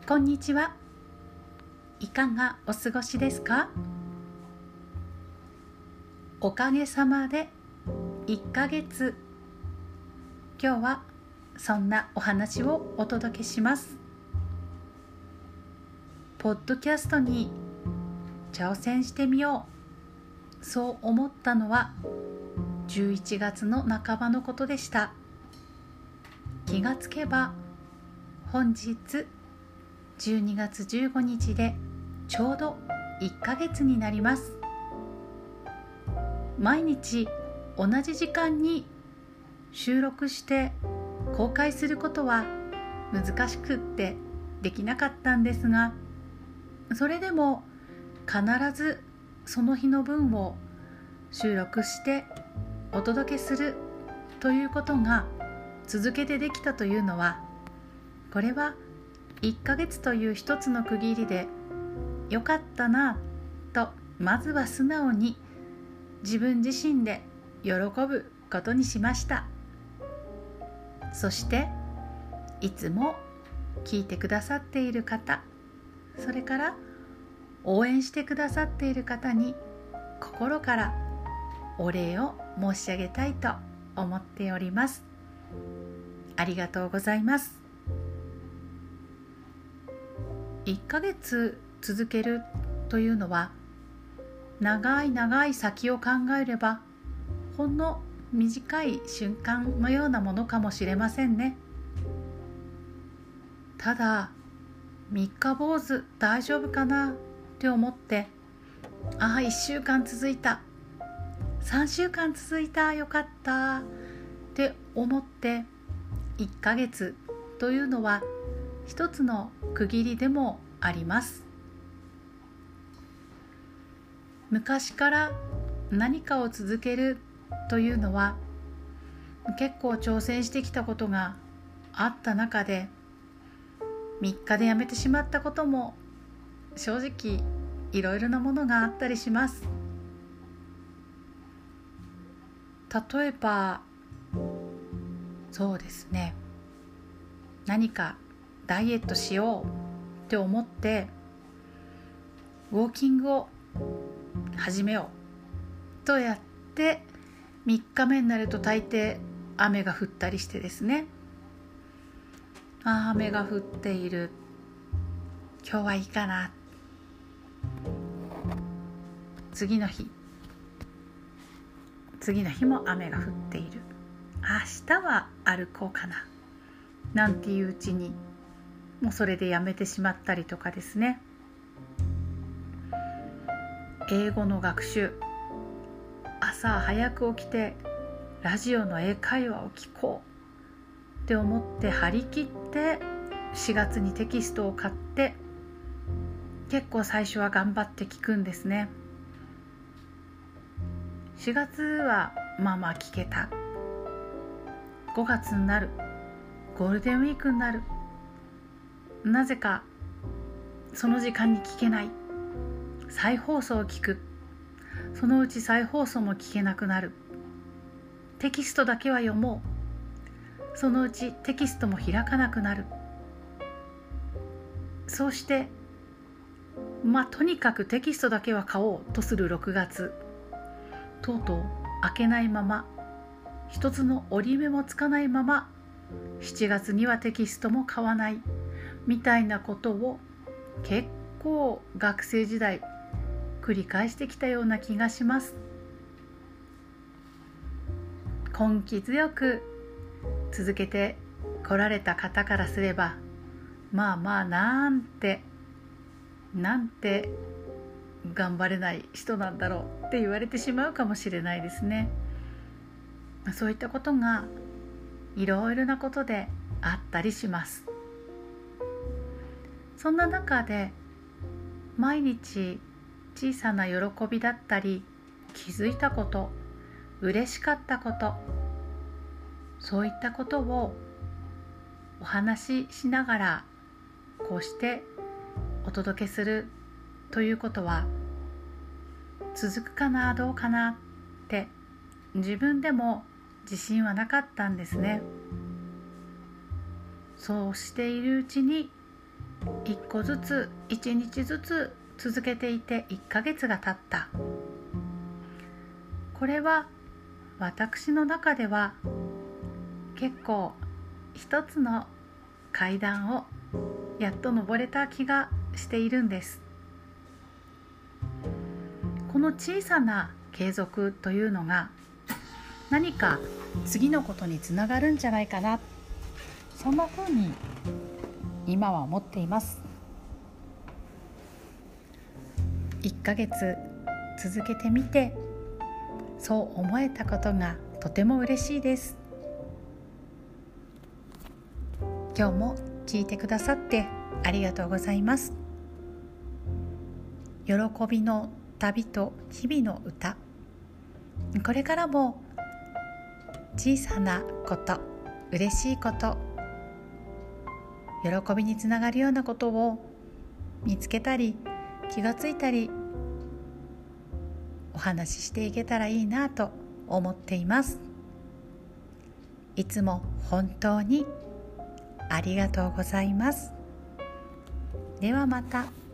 こんにちは。いかがお過ごしですか？おかげさまで1ヶ月。今日はそんなお話をお届けします。ポッドキャストに挑戦してみよう、そう思ったのは11月の半ばのことでした。気がつけば本日12月15日でちょうど1ヶ月になります。毎日同じ時間に収録して公開することは難しくってできなかったんですが、それでも必ずその日の分を収録してお届けするということが続けてできたというのは、これは1ヶ月という一つの区切りでよかったなと、まずは素直に自分自身で喜ぶことにしました。そしていつも聞いてくださっている方、それから応援してくださっている方に心からお礼を申し上げたいと思っております。ありがとうございます。1ヶ月続けるというのは、長い長い先を考えればほんの短い瞬間のようなものかもしれませんね。ただ三日坊主大丈夫かなって思って、1週間続いた、3週間続いた、よかったって思って、1ヶ月というのは一つの区切りでもあります。昔から何かを続けるというのは結構挑戦してきたことがあった中で、3日でやめてしまったことも正直いろいろなものがあったりします。例えばそうですね、何かダイエットしようって思ってウォーキングを始めようとやって3日目になると大抵雨が降ったりしてですね、雨が降っている、今日はいいかな。次の日も雨が降っている、明日は歩こうかななんていううちにもうそれでやめてしまったりとかですね。英語の学習、朝早く起きてラジオの英会話を聞こうって思って張り切って4月にテキストを買って、結構最初は頑張って聞くんですね。4月はまあまあ聞けた。5月になる、ゴールデンウィークになる、なぜかその時間に聞けない、再放送を聞く、そのうち再放送も聞けなくなる、テキストだけは読もう、そのうちテキストも開かなくなる。そうしてとにかくテキストだけは買おうとする6月、とうとう開けないまま、一つの折り目もつかないまま7月にはテキストも買わないみたいなことを結構学生時代繰り返してきたような気がします。根気強く続けてこられた方からすれば、なんて頑張れない人なんだろうって言われてしまうかもしれないですね。そういったことがいろいろなことであったりします。そんな中で毎日小さな喜びだったり、気づいたこと、嬉しかったこと、そういったことをお話ししながらこうしてお届けするということは、続くかなどうかなって自分でも自信はなかったんですね。そうしているうちに 1個ずつ1日ずつ続けていて1ヶ月が経った。これは私の中では結構一つの階段をやっと登れた気がしているんです。この小さな継続というのが何か次のことにつながるんじゃないかな、そんな風に今は思っています。1ヶ月続けてみてそう思えたことがとても嬉しいです。今日も聞いてくださってありがとうございます。喜びの旅と日々の歌、これからも小さなこと、嬉しいこと、喜びにつながるようなことを見つけたり気がついたりお話ししていけたらいいなと思っています。いつも本当にありがとうございます。ではまた。